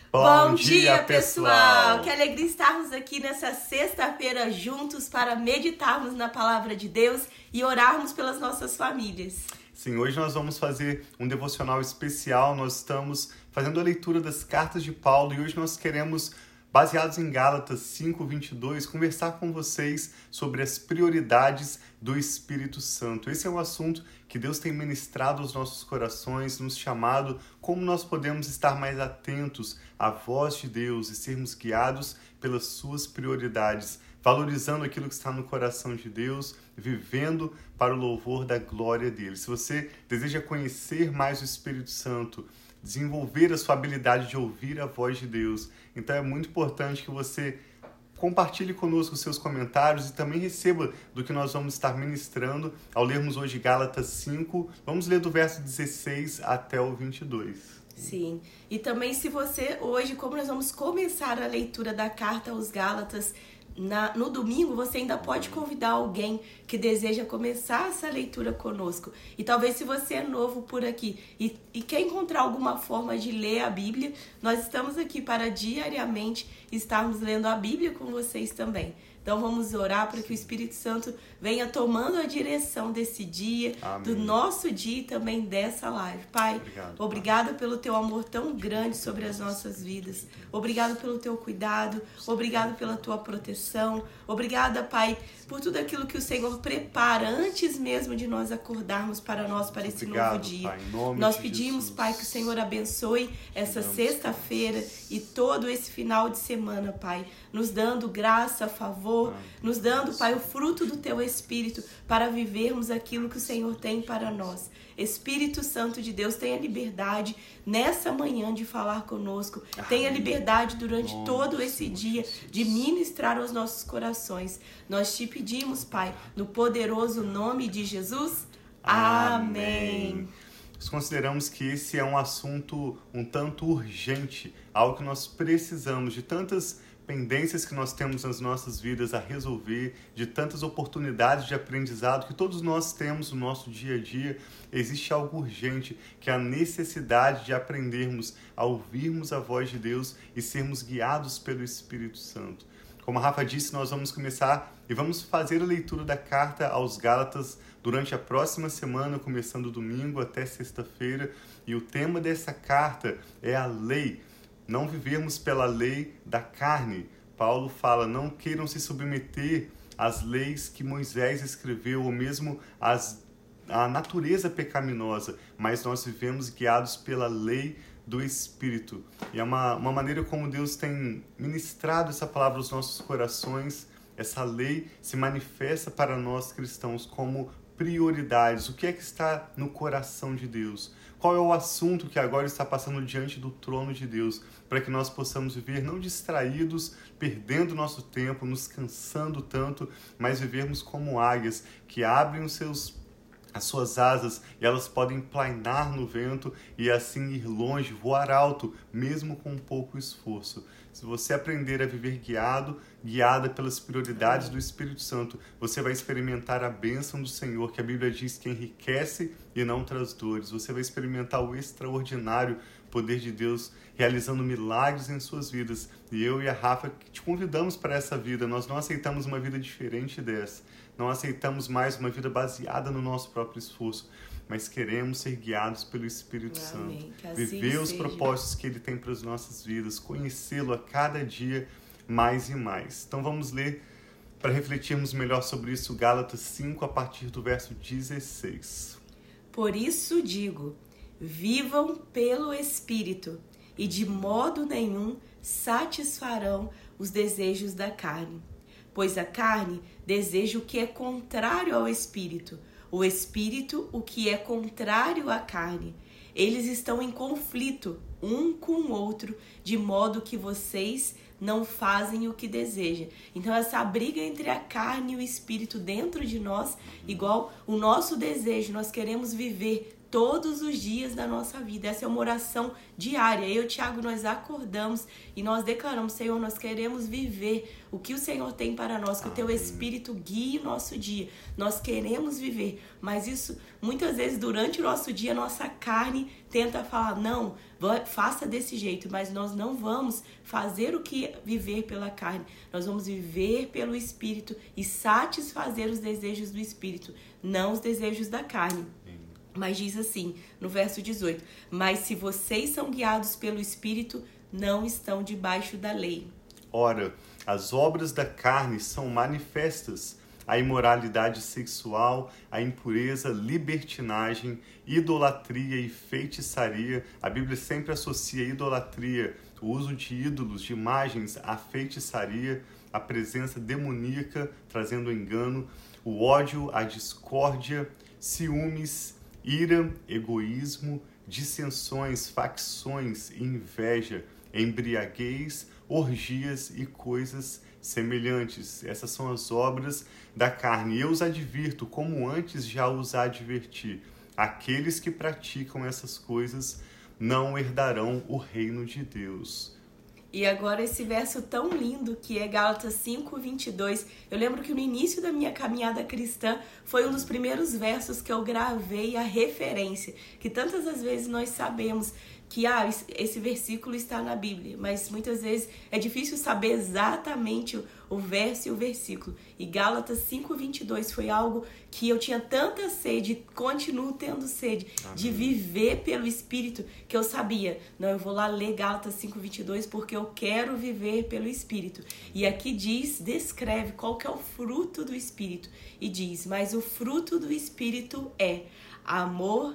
Bom dia, pessoal! Que alegria estarmos aqui nessa sexta-feira juntos para meditarmos na palavra de Deus e orarmos pelas nossas famílias. Sim, hoje nós vamos fazer um devocional especial. Nós estamos fazendo a leitura das cartas de Paulo e hoje nós queremos, baseados em Gálatas 5:22, conversar com vocês sobre as prioridades do Espírito Santo. Esse é um assunto que Deus tem ministrado aos nossos corações, nos chamado como nós podemos estar mais atentos à voz de Deus e sermos guiados pelas suas prioridades, valorizando aquilo que está no coração de Deus, vivendo para o louvor da glória dele. Se você deseja conhecer mais o Espírito Santo, desenvolver a sua habilidade de ouvir a voz de Deus, então é muito importante que você compartilhe conosco os seus comentários e também receba do que nós vamos estar ministrando ao lermos hoje Gálatas 5. Vamos ler do verso 16 até o 22. Sim, e também se você hoje, como nós vamos começar a leitura da carta aos Gálatas, no domingo você ainda pode convidar alguém que deseja começar essa leitura conosco. E talvez se você é novo por aqui e quer encontrar alguma forma de ler a Bíblia, nós estamos aqui para diariamente estarmos lendo a Bíblia com vocês também. Então vamos orar para que o Espírito Santo venha tomando a direção desse dia, Amém. Do nosso dia e também dessa live. Pai, obrigada pelo teu amor tão grande sobre as nossas vidas. Obrigado pelo teu cuidado, obrigado pela tua proteção. Obrigada, Pai, por tudo aquilo que o Senhor prepara antes mesmo de nós acordarmos para esse novo dia. Pai, nós pedimos, Pai, que o Senhor abençoe essa sexta-feira e todo esse final de semana, Pai, nos dando graça, favor, nos dando, Pai, o fruto do teu Espírito para vivermos aquilo que o Senhor tem para nós. Espírito Santo de Deus, tenha liberdade nessa manhã de falar conosco. Tenha liberdade durante todo esse dia de ministrar aos nossos corações. Nós te pedimos, Pai, no poderoso nome de Jesus. Amém. Nós consideramos que esse é um assunto um tanto urgente, algo que nós precisamos de tantas pendências que nós temos nas nossas vidas a resolver, de tantas oportunidades de aprendizado que todos nós temos no nosso dia a dia. Existe algo urgente, que é a necessidade de aprendermos a ouvirmos a voz de Deus e sermos guiados pelo Espírito Santo. Como a Rafa disse, nós vamos começar e vamos fazer a leitura da carta aos Gálatas durante a próxima semana, começando domingo até sexta-feira. E o tema dessa carta é a lei. Não vivermos pela lei da carne. Paulo fala, não queiram se submeter às leis que Moisés escreveu, ou mesmo à natureza pecaminosa, mas nós vivemos guiados pela lei do Espírito. E é uma maneira como Deus tem ministrado essa palavra aos nossos corações. Essa lei se manifesta para nós cristãos como prioridades. O que é que está no coração de Deus? Qual é o assunto que agora está passando diante do trono de Deus, para que nós possamos viver não distraídos, perdendo nosso tempo, nos cansando tanto, mas vivermos como águias que abrem as suas asas e elas podem planar no vento e assim ir longe, voar alto, mesmo com pouco esforço. Se você aprender a viver guiada pelas prioridades do Espírito Santo, você vai experimentar a bênção do Senhor, que a Bíblia diz que enriquece e não traz dores. Você vai experimentar o extraordinário poder de Deus realizando milagres em suas vidas. E eu e a Rafa te convidamos para essa vida. Nós não aceitamos uma vida diferente dessa. Não aceitamos mais uma vida baseada no nosso próprio esforço, mas queremos ser guiados pelo Espírito Santo. Viver os propósitos que Ele tem para as nossas vidas, conhecê-lo a cada dia mais e mais. Então vamos ler para refletirmos melhor sobre isso, Gálatas 5, a partir do verso 16. Por isso digo, vivam pelo Espírito e de modo nenhum satisfarão os desejos da carne. Pois a carne deseja o que é contrário ao Espírito, o Espírito o que é contrário à carne. Eles estão em conflito um com o outro, de modo que vocês não fazem o que desejam. Então essa briga entre a carne e o Espírito dentro de nós, igual o nosso desejo, nós queremos viver todos os dias da nossa vida. Essa é uma oração diária. Eu, Tiago, nós acordamos e nós declaramos: Senhor, nós queremos viver o que o Senhor tem para nós, que o Teu Espírito guie o nosso dia. Nós queremos viver, mas isso, muitas vezes, durante o nosso dia, nossa carne tenta falar: não, faça desse jeito, mas nós não vamos fazer o que viver pela carne. Nós vamos viver pelo Espírito e satisfazer os desejos do Espírito, não os desejos da carne. Mas diz assim, no verso 18: mas se vocês são guiados pelo Espírito, não estão debaixo da lei. Ora, as obras da carne são manifestas: a imoralidade sexual, a impureza, libertinagem, idolatria e feitiçaria. A Bíblia sempre associa idolatria, o uso de ídolos, de imagens, à feitiçaria, a presença demoníaca, trazendo engano, o ódio, a discórdia, ciúmes, ira, egoísmo, dissensões, facções, inveja, embriaguez, orgias e coisas semelhantes. Essas são as obras da carne. Eu os advirto, como antes já os adverti: aqueles que praticam essas coisas não herdarão o reino de Deus. E agora esse verso tão lindo que é Gálatas 5:22. Eu lembro que no início da minha caminhada cristã foi um dos primeiros versos que eu gravei a referência, que tantas as vezes nós sabemos que esse versículo está na Bíblia, mas muitas vezes é difícil saber exatamente o verso e o versículo. E Gálatas 5:22 foi algo que eu tinha tanta sede, continuo tendo sede, de viver pelo Espírito, que eu sabia: não, eu vou lá ler Gálatas 5:22 porque eu quero viver pelo Espírito. E aqui descreve qual que é o fruto do Espírito. E diz: mas o fruto do Espírito é amor,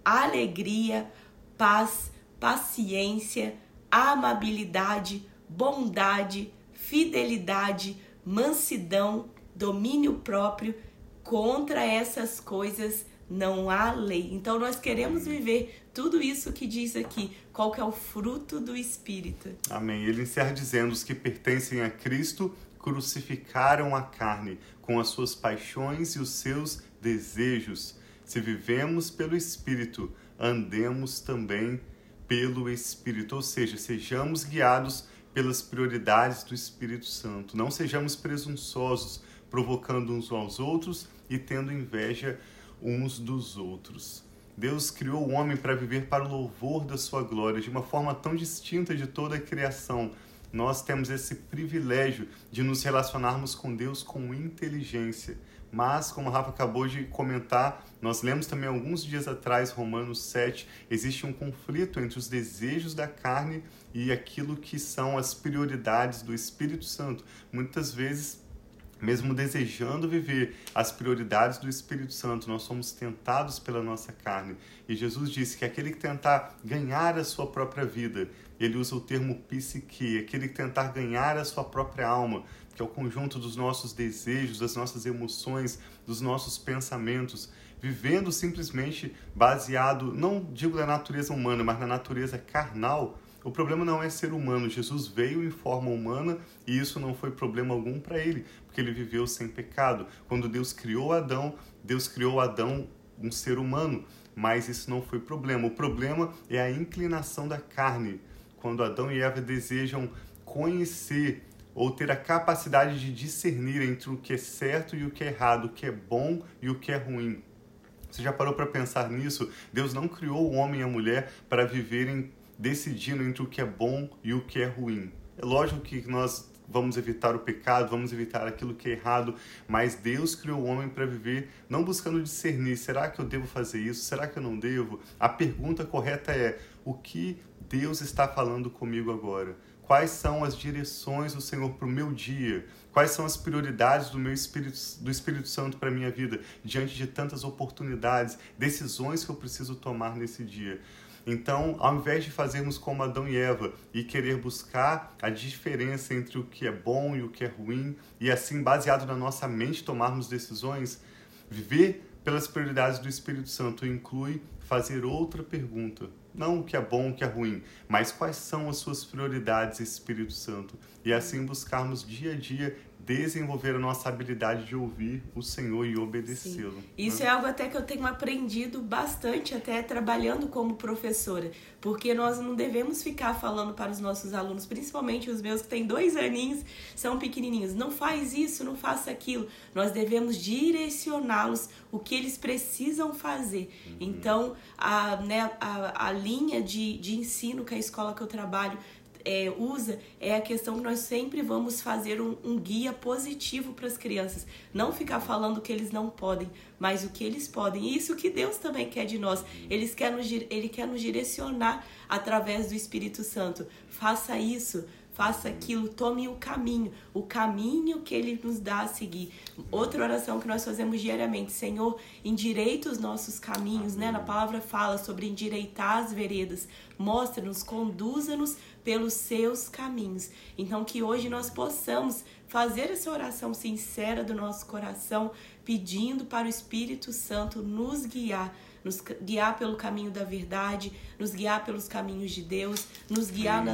alegria, paz, paciência, amabilidade, bondade, fidelidade, mansidão, domínio próprio. Contra essas coisas não há lei. Então nós queremos viver tudo isso que diz aqui. Qual que é o fruto do Espírito? Amém. Ele encerra dizendo: os que pertencem a Cristo crucificaram a carne com as suas paixões e os seus desejos. Se vivemos pelo Espírito, andemos também pelo Espírito, ou seja, sejamos guiados pelas prioridades do Espírito Santo. Não sejamos presunçosos, provocando uns aos outros e tendo inveja uns dos outros. Deus criou o homem para viver para o louvor da sua glória, de uma forma tão distinta de toda a criação. Nós temos esse privilégio de nos relacionarmos com Deus com inteligência. Mas, como a Rafa acabou de comentar, nós lemos também alguns dias atrás, Romanos 7, existe um conflito entre os desejos da carne e aquilo que são as prioridades do Espírito Santo. Muitas vezes, mesmo desejando viver as prioridades do Espírito Santo, nós somos tentados pela nossa carne. E Jesus disse que aquele que tentar ganhar a sua própria vida, ele usa o termo psique, aquele que tentar ganhar a sua própria alma, que é o conjunto dos nossos desejos, das nossas emoções, dos nossos pensamentos, vivendo simplesmente baseado, não digo na natureza humana, mas na natureza carnal. O problema não é ser humano. Jesus veio em forma humana e isso não foi problema algum para ele, porque ele viveu sem pecado. Quando Deus criou Adão um ser humano, mas isso não foi problema. O problema é a inclinação da carne. Quando Adão e Eva desejam conhecer ou ter a capacidade de discernir entre o que é certo e o que é errado, o que é bom e o que é ruim. Você já parou para pensar nisso? Deus não criou o homem e a mulher para viverem decidindo entre o que é bom e o que é ruim. É lógico que nós vamos evitar o pecado, vamos evitar aquilo que é errado, mas Deus criou o homem para viver não buscando discernir: será que eu devo fazer isso? Será que eu não devo? A pergunta correta é: o que Deus está falando comigo agora? Quais são as direções do Senhor para o meu dia? Quais são as prioridades do Espírito Santo para a minha vida, diante de tantas oportunidades, decisões que eu preciso tomar nesse dia? Então, ao invés de fazermos como Adão e Eva e querer buscar a diferença entre o que é bom e o que é ruim, e assim, baseado na nossa mente, tomarmos decisões, viver pelas prioridades do Espírito Santo inclui fazer outra pergunta. Não o que é bom, o que é ruim, mas quais são as suas prioridades, Espírito Santo? E assim buscarmos dia a dia desenvolver a nossa habilidade de ouvir o Senhor e obedecê-lo. Isso é algo até que eu tenho aprendido bastante, até trabalhando como professora, porque nós não devemos ficar falando para os nossos alunos, principalmente os meus que têm 2 aninhos, são pequenininhos, não faz isso, não faça aquilo. Nós devemos direcioná-los o que eles precisam fazer. Então, a linha de ensino que a escola que eu trabalho usa é a questão que nós sempre vamos fazer um guia positivo para as crianças. Não ficar falando que eles não podem, mas o que eles podem. E isso que Deus também quer de nós. Ele quer nos direcionar através do Espírito Santo. Faça isso, faça aquilo, tome o caminho que Ele nos dá a seguir. Outra oração que nós fazemos diariamente: Senhor, endireita os nossos caminhos, né? Na palavra fala sobre endireitar as veredas. Mostra-nos, conduza-nos pelos seus caminhos. Então, que hoje nós possamos fazer essa oração sincera do nosso coração, pedindo para o Espírito Santo nos guiar pelo caminho da verdade, nos guiar pelos caminhos de Deus, nos guiar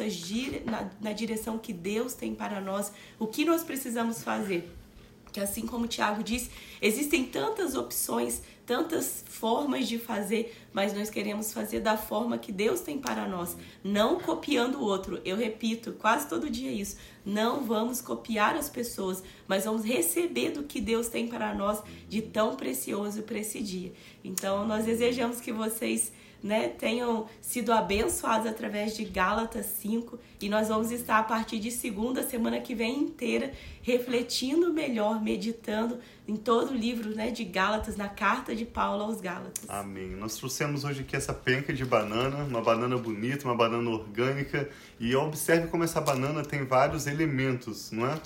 na direção que Deus tem para nós, o que nós precisamos fazer. Que assim como o Tiago disse, existem tantas opções, tantas formas de fazer, mas nós queremos fazer da forma que Deus tem para nós, não copiando o outro. Eu repito quase todo dia isso, não vamos copiar as pessoas, mas vamos receber do que Deus tem para nós de tão precioso para esse dia. Então nós desejamos que vocês tenham sido abençoados através de Gálatas 5, e nós vamos estar a partir de segunda, semana que vem inteira, refletindo melhor, meditando em todo o livro de Gálatas, na carta de Paulo aos Gálatas. Amém. Nós trouxemos hoje aqui essa penca de banana, uma banana bonita, uma banana orgânica, e observe como essa banana tem vários elementos, não é?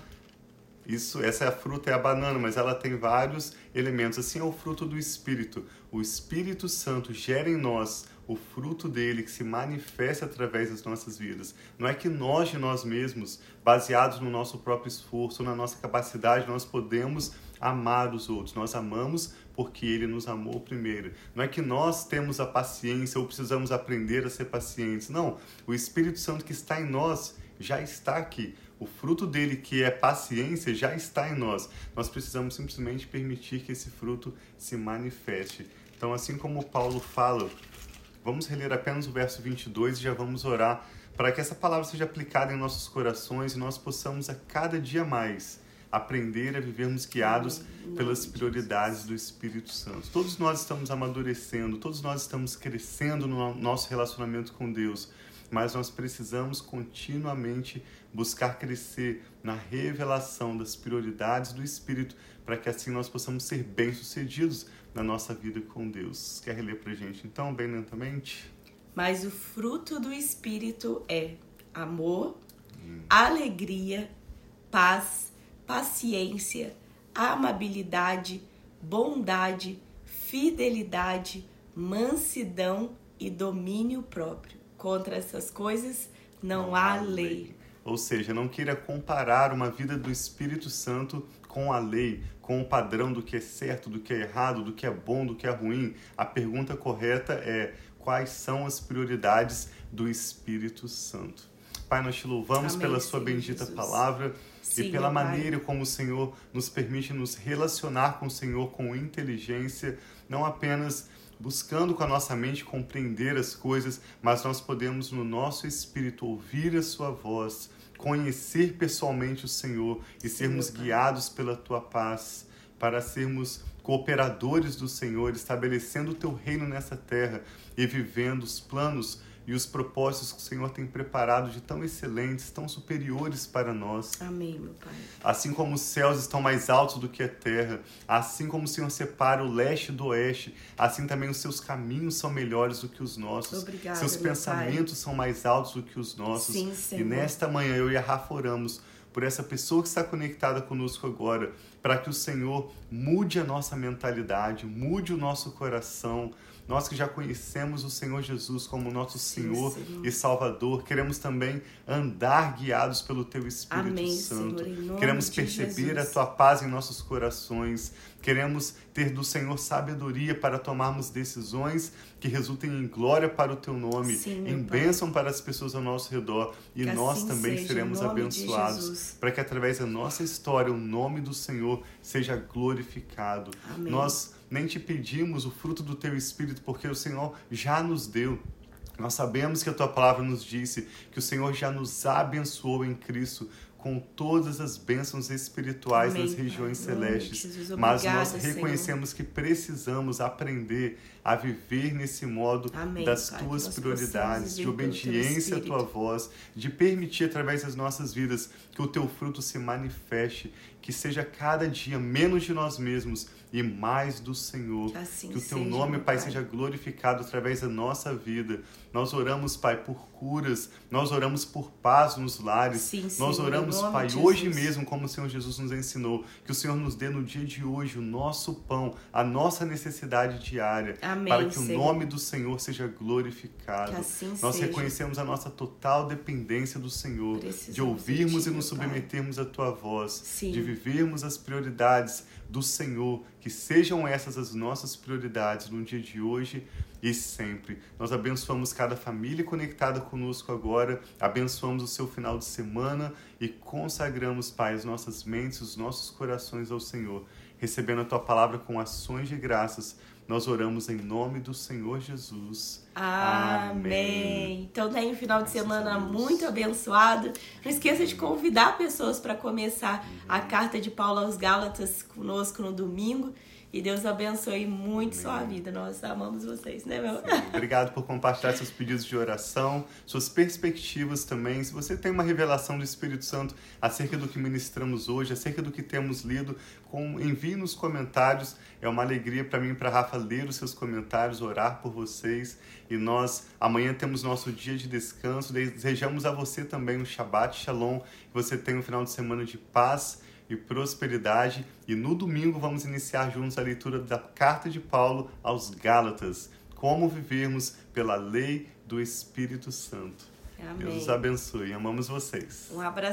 Essa fruta é a banana, mas ela tem vários elementos. Assim é o fruto do Espírito. O Espírito Santo gera em nós o fruto dele que se manifesta através das nossas vidas. Não é que nós de nós mesmos, baseados no nosso próprio esforço, na nossa capacidade, nós podemos amar os outros. Nós amamos porque ele nos amou primeiro. Não é que nós temos a paciência ou precisamos aprender a ser pacientes. Não, o Espírito Santo que está em nós já está aqui. O fruto dele, que é paciência, já está em nós. Nós precisamos simplesmente permitir que esse fruto se manifeste. Então, assim como Paulo fala, vamos reler apenas o verso 22 e já vamos orar para que essa palavra seja aplicada em nossos corações e nós possamos a cada dia mais aprender a vivermos guiados pelas prioridades do Espírito Santo. Todos nós estamos amadurecendo, todos nós estamos crescendo no nosso relacionamento com Deus, mas nós precisamos continuamente buscar crescer na revelação das prioridades do Espírito, para que assim nós possamos ser bem-sucedidos na nossa vida com Deus. Quer reler pra gente então, bem lentamente? Mas o fruto do Espírito é amor, alegria, paz, paciência, amabilidade, bondade, fidelidade, mansidão e domínio próprio. Contra essas coisas não há lei. Ou seja, não queira comparar uma vida do Espírito Santo com a lei, com o padrão do que é certo, do que é errado, do que é bom, do que é ruim. A pergunta correta é: quais são as prioridades do Espírito Santo? Pai, nós te louvamos pela sua bendita palavra e pela maneira como o Senhor nos permite nos relacionar com o Senhor com inteligência, não apenas buscando com a nossa mente compreender as coisas, mas nós podemos no nosso espírito ouvir a sua voz, conhecer pessoalmente o Senhor e sermos guiados pela tua paz, para sermos cooperadores do Senhor, estabelecendo o teu reino nessa terra e vivendo os planos e os propósitos que o Senhor tem preparado de tão excelentes, tão superiores para nós. Amém, meu Pai. Assim como os céus estão mais altos do que a terra, assim como o Senhor separa o leste do oeste, assim também os seus caminhos são melhores do que os nossos. Obrigada, seus pensamentos são mais altos do que os nossos. Sim, Senhor. E nesta manhã eu e a Rafa oramos por essa pessoa que está conectada conosco agora, para que o Senhor mude a nossa mentalidade, mude o nosso coração, nós que já conhecemos o Senhor Jesus como nosso Sim, Senhor Senhor. e Salvador, queremos também andar guiados pelo Teu Espírito Amém, Santo. Senhor, em nome Queremos de perceber Jesus. a Tua paz em nossos corações. Queremos ter do Senhor sabedoria para tomarmos decisões que resultem em glória para o Teu nome, Sim, meu em Pai. bênção para as pessoas ao nosso redor. E Que nós assim também seja, em seremos nome de abençoados, Jesus. para que através da nossa história o nome do Senhor seja glorificado. Amém. Nós nem te pedimos o fruto do Teu Espírito, porque o Senhor já nos deu. Nós sabemos que a Tua palavra nos disse que o Senhor já nos abençoou em Cristo com todas as bênçãos espirituais Amém, nas Pai. regiões Em nome de celestes. Jesus. Mas nós Obrigada, reconhecemos que precisamos aprender a viver nesse modo Amém, das Pai, que Tuas nós prioridades, possamos de viver pelo Teu obediência à Tua Espírito. voz, de permitir através das nossas vidas que o Teu fruto se manifeste, que seja cada dia menos de nós mesmos e mais do Senhor. Que assim Que o Teu seja, nome, meu Pai, Pai. seja glorificado através da nossa vida. Nós oramos, Pai, por curas, nós oramos por paz nos lares, Sim, nós Senhor, oramos, em nome Pai, de hoje Jesus. mesmo, como o Senhor Jesus nos ensinou, que o Senhor nos dê no dia de hoje o nosso pão, a nossa necessidade diária, Amém, para que o Senhor. nome do Senhor seja glorificado. Que assim Nós seja. reconhecemos a nossa total dependência do Senhor, Precisamos de ouvirmos de e Ti, nos meu Pai. submetermos à Tua voz, Sim. de vivermos as prioridades do Senhor, que sejam essas as nossas prioridades no dia de hoje e sempre. Nós abençoamos cada família conectada conosco agora, abençoamos o seu final de semana e consagramos, Pai, as nossas mentes, os nossos corações ao Senhor, recebendo a Tua palavra com ações de graças. Nós oramos em nome do Senhor Jesus. Amém. Então tenha um final de Graças semana a Deus. muito abençoado. Não esqueça de convidar pessoas para começar a carta de Paulo aos Gálatas conosco no domingo. E Deus abençoe muito Amém. sua vida. Nós amamos vocês, né, meu? Obrigado por compartilhar seus pedidos de oração, suas perspectivas também. Se você tem uma revelação do Espírito Santo acerca do que ministramos hoje, acerca do que temos lido, envie nos comentários. É uma alegria para mim e para a Rafa ler os seus comentários, orar por vocês. E nós amanhã temos nosso dia de descanso. Desejamos a você também um Shabbat Shalom. Que você tenha um final de semana de paz e prosperidade. E no domingo vamos iniciar juntos a leitura da carta de Paulo aos Gálatas. Como vivermos pela lei do Espírito Santo. Amém. Deus os abençoe. Amamos vocês. Um abraço.